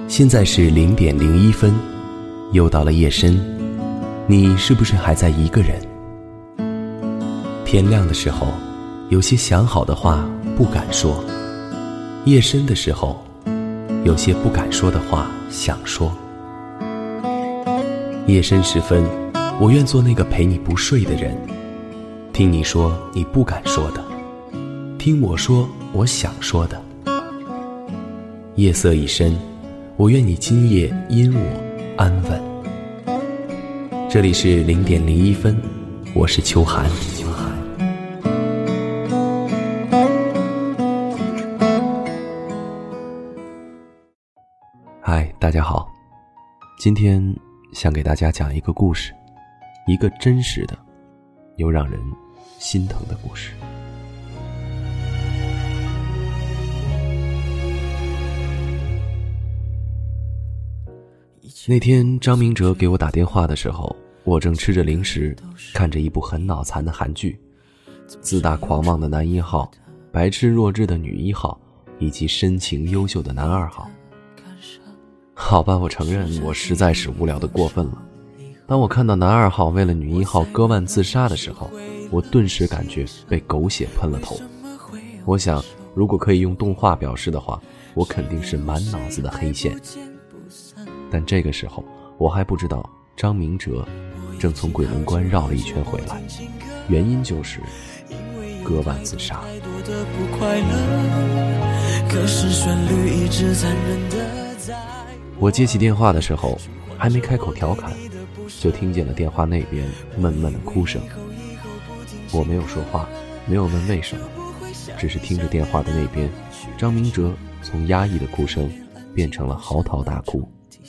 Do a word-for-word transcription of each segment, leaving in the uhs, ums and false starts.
现在是零点零一分，又到了夜深，你是不是还在一个人？天亮的时候，有些想好的话不敢说；夜深的时候，有些不敢说的话想说。夜深时分，我愿做那个陪你不睡的人，听你说你不敢说的，听我说我想说的。夜色已深，我愿你今夜因我安稳。这里是零点零一分，我是秋寒。嗨，大家好，今天想给大家讲一个故事，一个真实的又让人心疼的故事。那天张明哲给我打电话的时候，我正吃着零食，看着一部很脑残的韩剧，自大狂妄的男一号，白痴弱智的女一号，以及深情优秀的男二号。好吧，我承认我实在是无聊的过分了。当我看到男二号为了女一号割腕自杀的时候，我顿时感觉被狗血喷了头。我想如果可以用动画表示的话，我肯定是满脑子的黑线。但这个时候我还不知道张明哲正从鬼门关绕了一圈回来，原因就是割腕自杀。我接起电话的时候，还没开口调侃，就听见了电话那边闷闷的哭声。我没有说话，没有问为什么，只是听着电话的那边，张明哲从压抑的哭声变成了嚎啕大哭。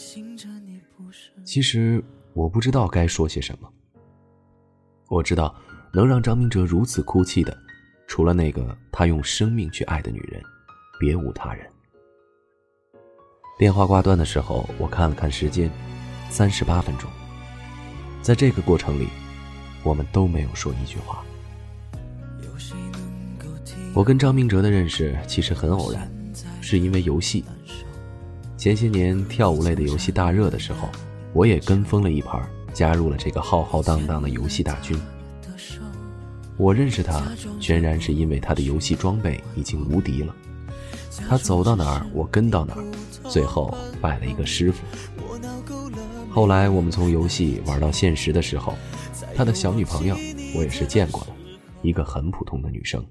其实我不知道该说些什么。我知道能让张明哲如此哭泣的，除了那个他用生命去爱的女人，别无他人。电话挂断的时候，我看了看时间，三十八分钟。在这个过程里，我们都没有说一句话。我跟张明哲的认识其实很偶然，是因为游戏。前些年跳舞类的游戏大热的时候，我也跟风了一盘，加入了这个浩浩荡荡的游戏大军。我认识他全然是因为他的游戏装备已经无敌了，他走到哪儿我跟到哪儿，最后拜了一个师傅。后来我们从游戏玩到现实的时候，他的小女朋友我也是见过的，一个很普通的女生。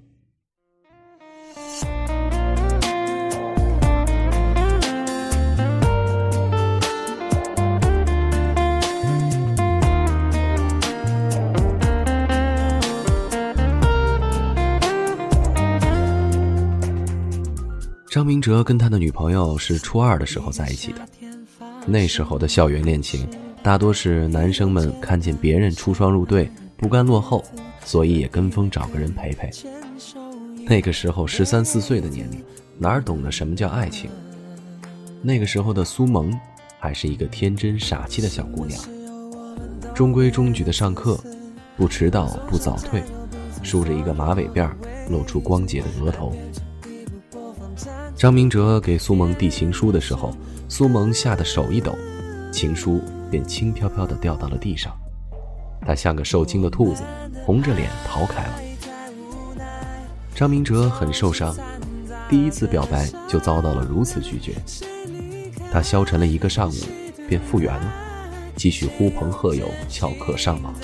张明哲跟他的女朋友是初二的时候在一起的，那时候的校园恋情大多是男生们看见别人出双入对，不甘落后，所以也跟风找个人陪陪。那个时候十三四岁的年龄，哪懂得什么叫爱情。那个时候的苏萌还是一个天真傻气的小姑娘，中规中矩的上课，不迟到不早退，梳着一个马尾辫，露出光洁的额头。张明哲给苏萌递情书的时候，苏萌吓得手一抖，情书便轻飘飘地掉到了地上。他像个受惊的兔子，红着脸逃开了。张明哲很受伤，第一次表白就遭到了如此拒绝。他消沉了一个上午，便复原了，继续呼朋喝友，翘课上网。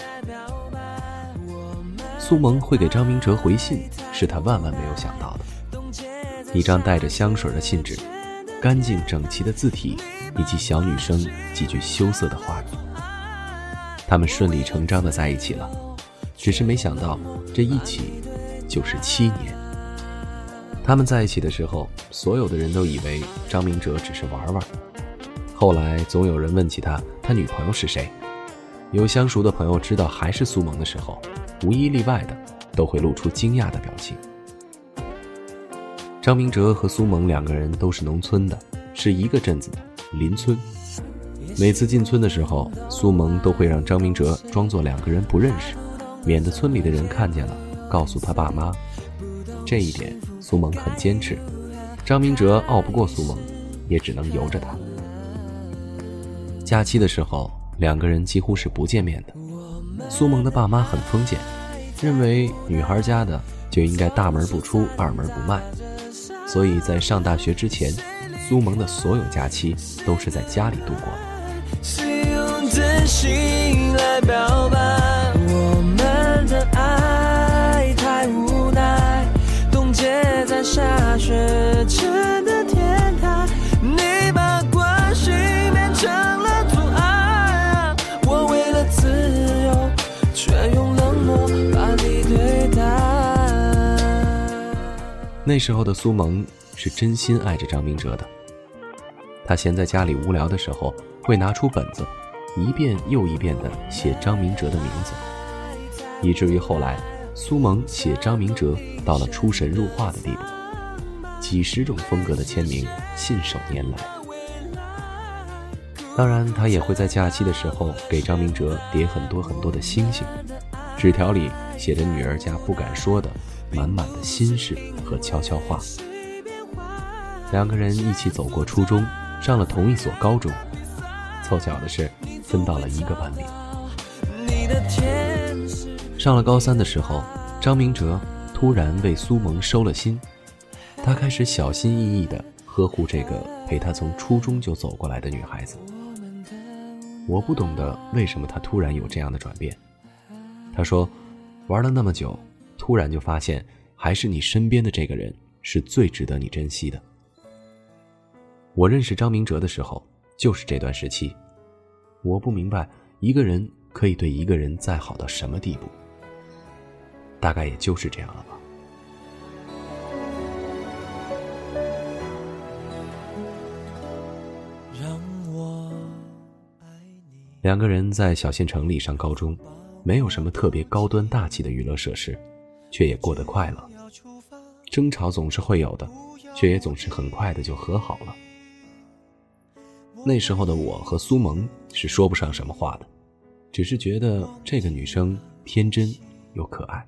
苏萌会给张明哲回信，是他万万没有想到的。一张带着香水的信纸，干净整齐的字体，以及小女生几句羞涩的话语。他们顺理成章地在一起了，只是没想到这一起就是七年。他们在一起的时候，所有的人都以为张明哲只是玩玩，后来总有人问起他，他女朋友是谁。有相熟的朋友知道还是苏萌的时候，无一例外的都会露出惊讶的表情。张明哲和苏萌两个人都是农村的，是一个镇子的邻村。每次进村的时候，苏萌都会让张明哲装作两个人不认识，免得村里的人看见了告诉他爸妈。这一点苏萌很坚持，张明哲拗不过苏萌，也只能由着他。 假期的时候，两个人几乎是不见面的。苏萌的爸妈很封建，认为女孩家的就应该大门不出二门不迈，所以在上大学之前，苏萌的所有假期都是在家里度过的。是用真心来表白，我们的爱太无奈，冻结在下雪前的天台，你把关系变成了阻碍，我为了自由却用冷漠把你对待。那时候的苏萌是真心爱着张明哲的，他闲在家里无聊的时候，会拿出本子一遍又一遍地写张明哲的名字，以至于后来苏萌写张明哲到了出神入化的地步，几十种风格的签名信手拈来。当然他也会在假期的时候给张明哲叠很多很多的星星，纸条里写着女儿家不敢说的满满的心事和悄悄话。两个人一起走过初中，上了同一所高中，凑巧的是分到了一个班里。上了高三的时候，张明哲突然为苏萌收了心，他开始小心翼翼地呵护这个陪他从初中就走过来的女孩子。我不懂得为什么他突然有这样的转变。他说，玩了那么久，突然就发现还是你身边的这个人是最值得你珍惜的。我认识张明哲的时候就是这段时期，我不明白一个人可以对一个人再好到什么地步，大概也就是这样了吧。两个人在小县城里上高中，没有什么特别高端大气的娱乐设施，却也过得快乐。争吵总是会有的，却也总是很快的就和好了。那时候的我和苏萌是说不上什么话的，只是觉得这个女生天真又可爱。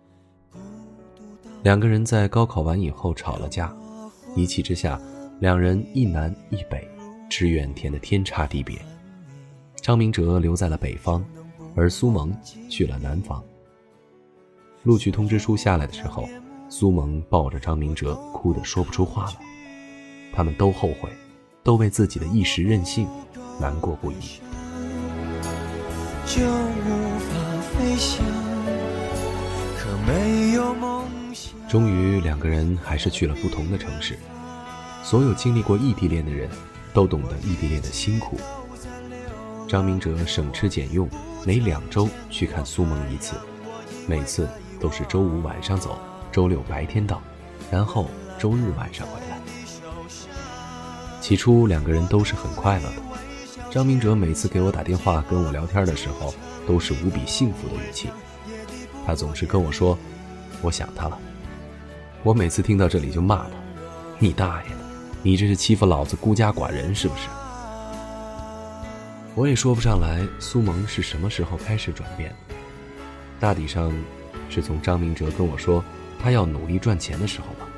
两个人在高考完以后吵了架，一气之下，两人一南一北，志愿填的天差地别。张明哲留在了北方，而苏萌去了南方。录取通知书下来的时候，苏萌抱着张明哲哭得说不出话来。他们都后悔，都为自己的一时任性难过不已。就无法飞翔，可没有梦想。终于两个人还是去了不同的城市。所有经历过异地恋的人都懂得异地恋的辛苦。张明哲省吃俭用，每两周去看苏萌一次，每次都是周五晚上走，周六白天到，然后周日晚上回来。起初两个人都是很快乐的，张明哲每次给我打电话跟我聊天的时候，都是无比幸福的语气。他总是跟我说，我想他了。我每次听到这里就骂他，你大爷的，你这是欺负老子孤家寡人是不是？我也说不上来苏萌是什么时候开始转变的，大体上是从张明哲跟我说他要努力赚钱的时候吧。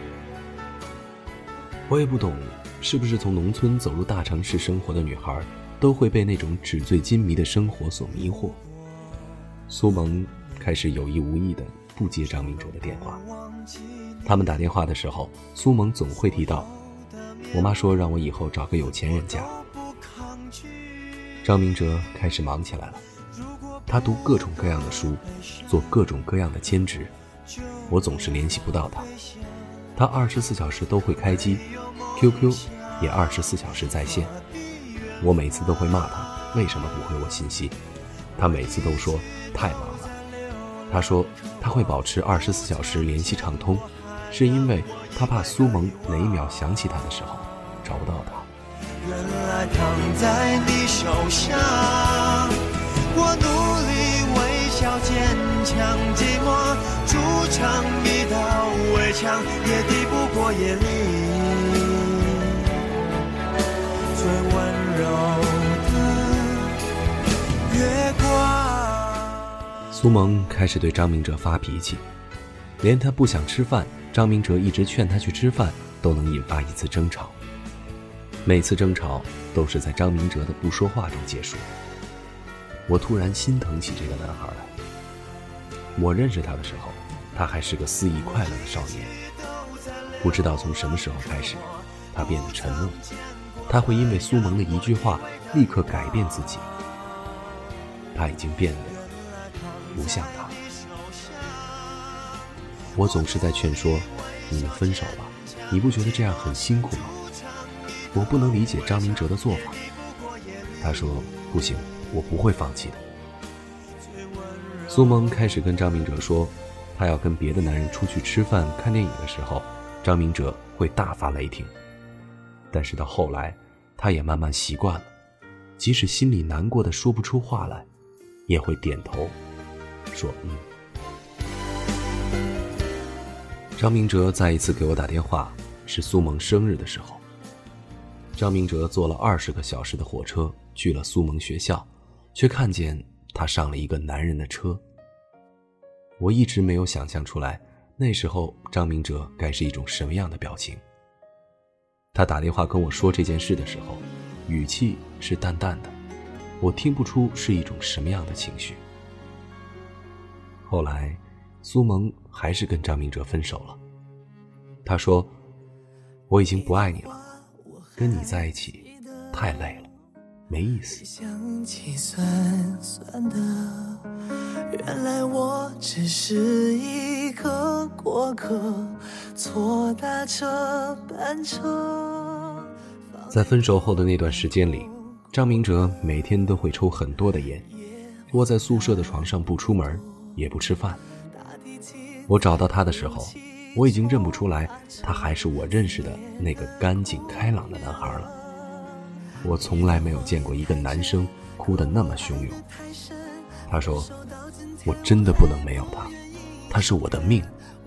我也不懂，是不是从农村走入大城市生活的女孩都会被那种纸醉金迷的生活所迷惑。苏萌开始有意无意的不接张明哲的电话，他们打电话的时候，苏萌总会提到，我妈说让我以后找个有钱人嫁。张明哲开始忙起来了，他读各种各样的书，做各种各样的兼职，我总是联系不到他。他二十四小时都会开机， Q Q 也二十四小时在线。我每次都会骂他为什么不回我信息，他每次都说太忙了。他说他会保持二十四小时联系畅通，是因为他怕苏萌哪一秒想起他的时候找不到他。原来躺在你手上，我努力微笑坚强，寂寞筑成一道围墙，也抵不过夜里最温柔的月光。苏萌开始对张明哲发脾气，连他不想吃饭，张明哲一直劝他去吃饭，都能引发一次争吵。每次争吵， 都是在张明哲的不说话中结束。我突然心疼起这个男孩来。我认识他的时候，他还是个肆意快乐的少年。不知道从什么时候开始，他变得沉默。他会因为苏萌的一句话立刻改变自己。他已经变得不像他。我总是在劝说你们分手吧，你不觉得这样很辛苦吗？我不能理解张明哲的做法。他说不行，我不会放弃的。苏萌开始跟张明哲说，他要跟别的男人出去吃饭看电影的时候，张明哲会大发雷霆。但是到后来，他也慢慢习惯了，即使心里难过的说不出话来，也会点头说嗯。张明哲再一次给我打电话，是苏萌生日的时候。张明哲坐了二十个小时的火车去了苏萌学校，却看见他上了一个男人的车。我一直没有想象出来，那时候张明哲该是一种什么样的表情。他打电话跟我说这件事的时候，语气是淡淡的，我听不出是一种什么样的情绪。后来苏萌还是跟张明哲分手了。他说，我已经不爱你了，跟你在一起太累了，没意思。 想起酸酸的，原来我只是一个过客，错搭这班车。 在分手后的那段时间里，张明哲每天都会抽很多的烟，窝在宿舍的床上不出门，也不吃饭。我找到他的时候，我已经认不出来他还是我认识的那个干净开朗的男孩了。我从来没有见过一个男生哭得那么汹涌。他说，我真的不能没有他，他是我的命。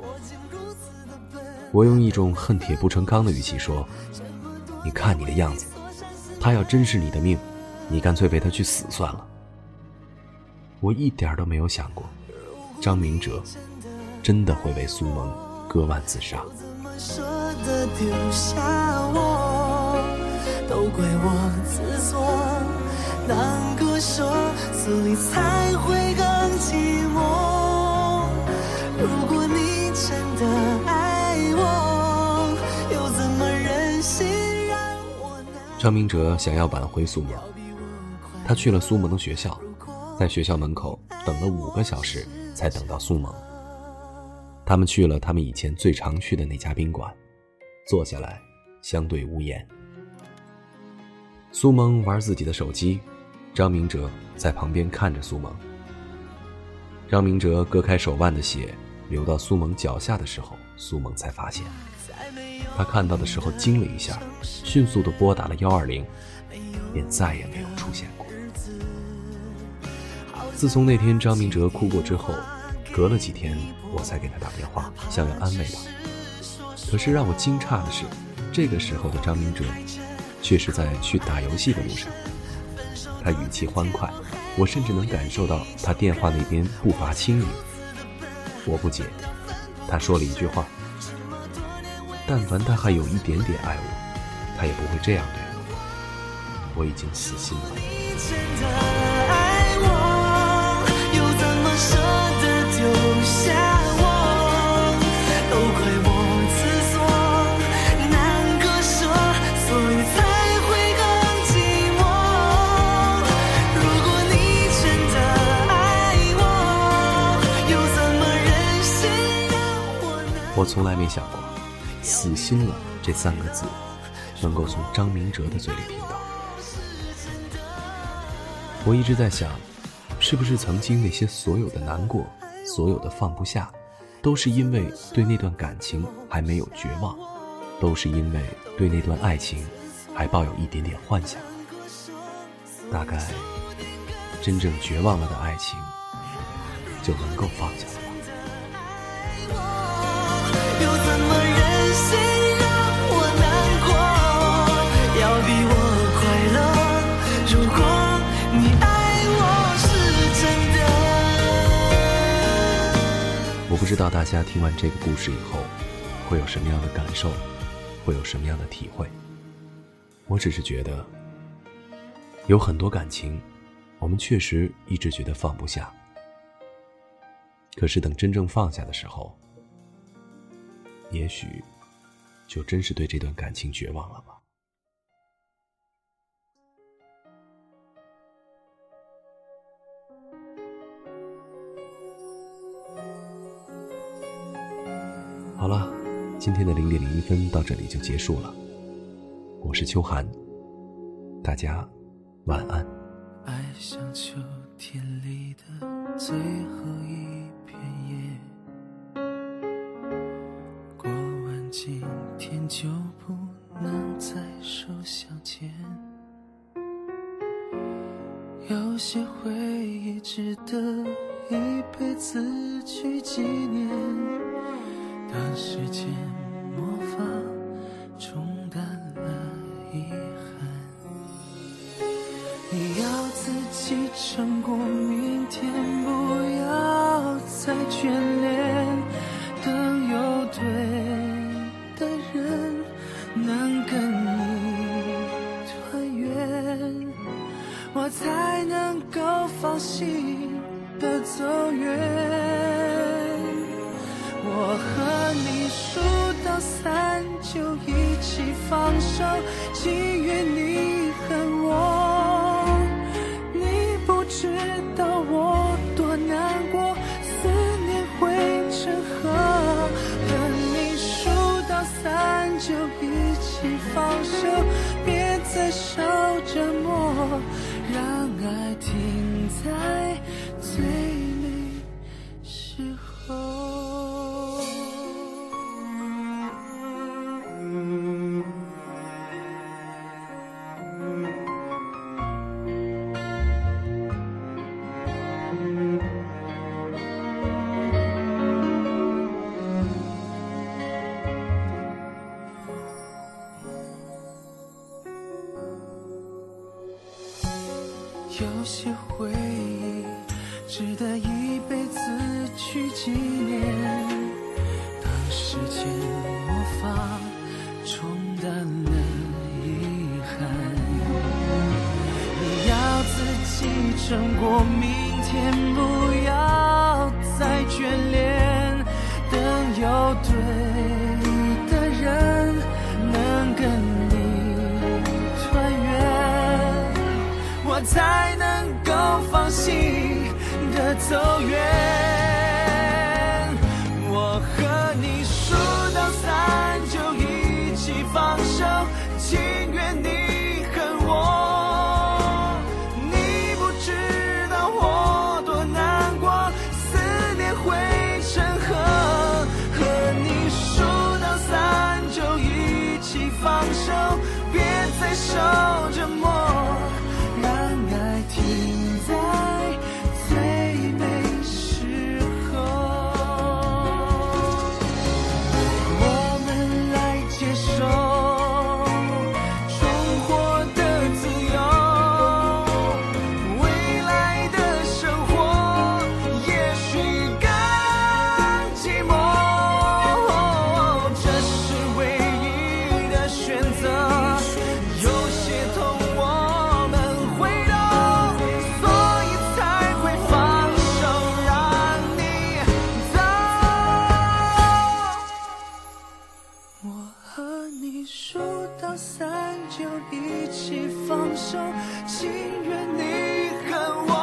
我用一种恨铁不成钢的语气说，你看你的样子，他要真是你的命，你干脆陪他去死算了。我一点都没有想过张明哲真的会为苏萌割腕自杀。 舍得丢下我，都怪我自作当歌手，所以才会更寂寞。如果你真的爱我，又怎么忍心让我难。 张明哲想要挽回苏萌，他去了苏萌的学校，在学校门口等了五个小时才等到苏萌。他们去了他们以前最常去的那家宾馆，坐下来相对无言。苏萌玩自己的手机，张明哲在旁边看着苏萌。张明哲割开手腕的血流到苏萌脚下的时候，苏萌才发现。他看到的时候惊了一下，迅速地拨打了一二零，便再也没有出现过。自从那天张明哲哭过之后，隔了几天我才给他打电话，想要安慰他。可是让我惊诧的是，这个时候的张明哲却是在去打游戏的路上。他语气欢快，我甚至能感受到他电话那边步伐轻盈。我不解，他说了一句话，但凡他还有一点点爱我，他也不会这样对我。我已经死心了。我从来没想过死心了这三个字能够从张明哲的嘴里听到。我一直在想，是不是曾经那些所有的难过，所有的放不下，都是因为对那段感情还没有绝望，都是因为对那段爱情还抱有一点点幻想。大概真正绝望了的爱情就能够放下了。 又怎么忍心让我难过？要比我快乐。如果你爱我是真的。 我不知道大家听完这个故事以后会有什么样的感受，会有什么样的体会。我只是觉得有很多感情，我们确实一直觉得放不下，可是等真正放下的时候，也许就真是对这段感情绝望了吧。好了，今天的零点零一分到这里就结束了。我是秋寒，大家晚安。 爱像秋天里的最后一片叶，过完今天就不能再手相牵。有些回忆值得一辈子去纪念，当时间魔法冲淡了遗憾，你要自己撑过明天，不要再眷恋，等有对的人能跟你团圆，我才能够放心的走远。我和你数到三就一起放手，情愿你恨我，你不知道我多难过，思念会成河。和你数到三就一起放手，别再受折磨，让爱停在最美时候。有些回忆值得一辈子去纪念，当时间魔法冲淡了遗憾，你要自己撑过明天，不要再眷恋，等有对的人能跟你团圆，我才能够放心的走远。我和你数到三就一起放手，情愿你恨我，你不知道我多难过，思念会成河。和你数到三就一起放手，别再受折磨，让爱停在最美时候。我们来接受重获的自由，未来的生活也许更寂寞，这是唯一的选择。有些痛我们会懂，所以才会放手让你走。我和你数到三就一起放手，情愿你恨我。